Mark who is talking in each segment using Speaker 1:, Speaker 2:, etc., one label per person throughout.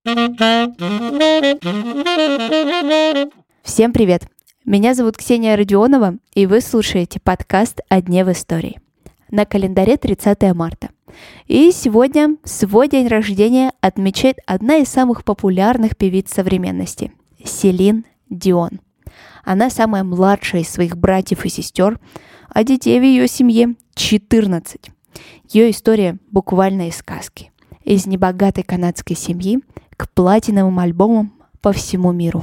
Speaker 1: Всем привет! Меня зовут Ксения Родионова, и вы слушаете подкаст «О дне в истории». На календаре 30 марта. И сегодня свой день рождения отмечает одна из самых популярных певиц современности – Селин Дион. Она самая младшая из своих братьев и сестер, а детей в ее семье 14. Ее история буквально из сказки. Из небогатой канадской семьи к платиновым альбомам по всему миру.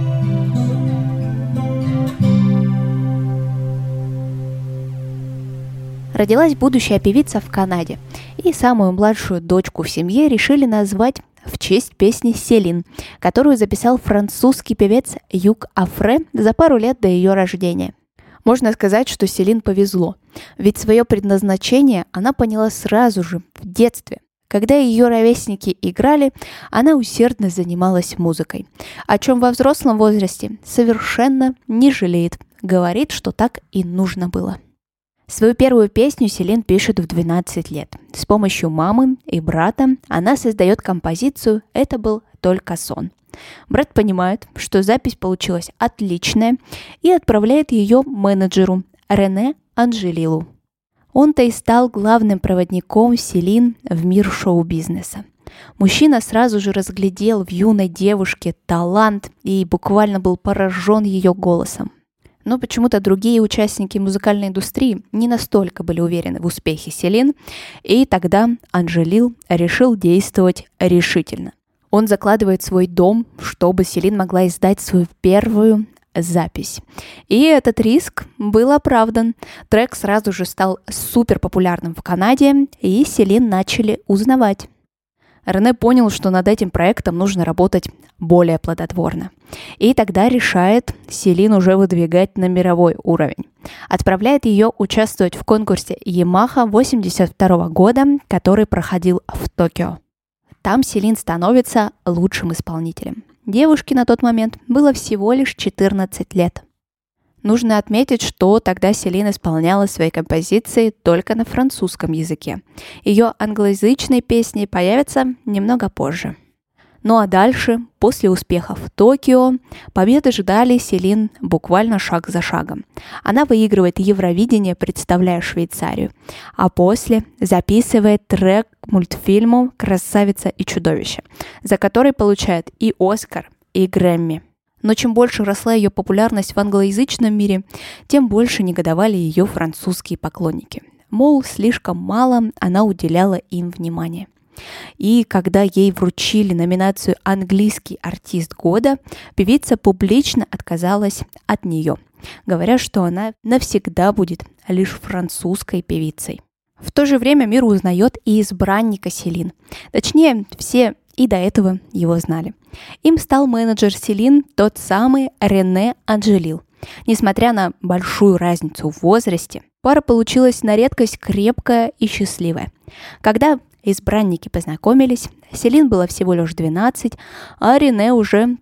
Speaker 1: Родилась будущая певица в Канаде, и самую младшую дочку в семье решили назвать в честь песни «Селин», которую записал французский певец Юг Афре за пару лет до ее рождения. Можно сказать, что Селин повезло, ведь свое предназначение она поняла сразу же, в детстве. Когда ее ровесники играли, она усердно занималась музыкой, о чем во взрослом возрасте совершенно не жалеет, говорит, что так и нужно было. Свою первую песню Селин пишет в 12 лет. С помощью мамы и брата она создает композицию «Это был только сон». Брат понимает, что запись получилась отличная, и отправляет ее менеджеру Рене Анжелилу. Он-то и стал главным проводником Селин в мир шоу-бизнеса. Мужчина сразу же разглядел в юной девушке талант и буквально был поражен ее голосом. Но почему-то другие участники музыкальной индустрии не настолько были уверены в успехе Селин, и тогда Анжелил решил действовать решительно. Он закладывает свой дом, чтобы Селин могла издать свою первую запись. И этот риск был оправдан. Трек сразу же стал супер популярным в Канаде, и Селин начали узнавать. Рене понял, что над этим проектом нужно работать более плодотворно. И тогда решает Селин уже выдвигать на мировой уровень. Отправляет ее участвовать в конкурсе Yamaha 1982 года, который проходил в Токио. Там Селин становится лучшим исполнителем. Девушке на тот момент было всего лишь 14 лет. Нужно отметить, что тогда Селин исполняла свои композиции только на французском языке. Ее англоязычные песни появятся немного позже. Ну а дальше, после успехов в Токио, победы ждали Селин буквально шаг за шагом. Она выигрывает Евровидение, представляя Швейцарию, а после записывает трек к мультфильму «Красавица и чудовище», за который получает и Оскар, и Грэмми. Но чем больше росла ее популярность в англоязычном мире, тем больше негодовали ее французские поклонники. Мол, слишком мало она уделяла им внимания. И когда ей вручили номинацию «Английский артист года», певица публично отказалась от нее, говоря, что она навсегда будет лишь французской певицей. В то же время мир узнает и избранника Селин. Точнее, все и до этого его знали. Им стал менеджер Селин, тот самый Рене Анжелил. Несмотря на большую разницу в возрасте, пара получилась на редкость крепкая и счастливая. Когда избранники познакомились, Селин было всего лишь 12, а Рене уже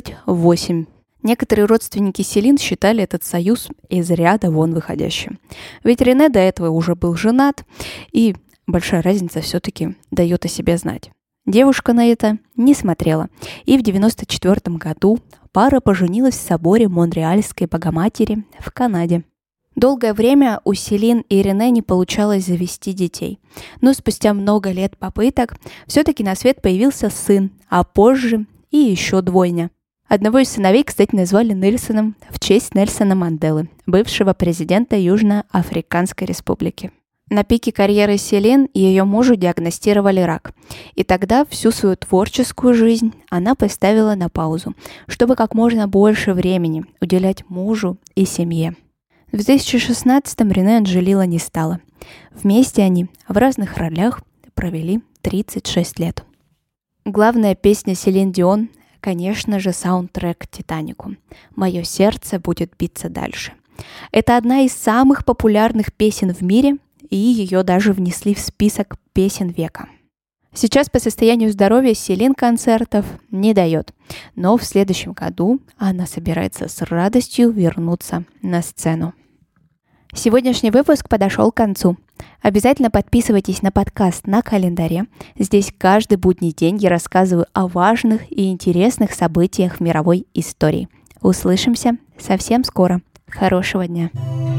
Speaker 1: 38. Некоторые родственники Селин считали этот союз из ряда вон выходящим. Ведь Рене до этого уже был женат, и большая разница все-таки дает о себе знать. Девушка на это не смотрела, и в 1994 году пара поженилась в соборе Монреальской Богоматери в Канаде. Долгое время у Селин и Рене не получалось завести детей, но спустя много лет попыток все-таки на свет появился сын, а позже и еще двойня. Одного из сыновей, кстати, назвали Нельсоном в честь Нельсона Манделы, бывшего президента Южноафриканской республики. На пике карьеры Селин ее мужу диагностировали рак, и тогда всю свою творческую жизнь она поставила на паузу, чтобы как можно больше времени уделять мужу и семье. В 2016-м Рене Анжелила не стало. Вместе они в разных ролях провели 36 лет. Главная песня Селин Дион, конечно же, саундтрек к «Титанику». «Мое сердце будет биться дальше». Это одна из самых популярных песен в мире, и ее даже внесли в список песен века. Сейчас по состоянию здоровья Селин концертов не дает, но в следующем году она собирается с радостью вернуться на сцену. Сегодняшний выпуск подошел к концу. Обязательно подписывайтесь на подкаст на календаре. Здесь каждый будний день я рассказываю о важных и интересных событиях в мировой истории. Услышимся совсем скоро. Хорошего дня!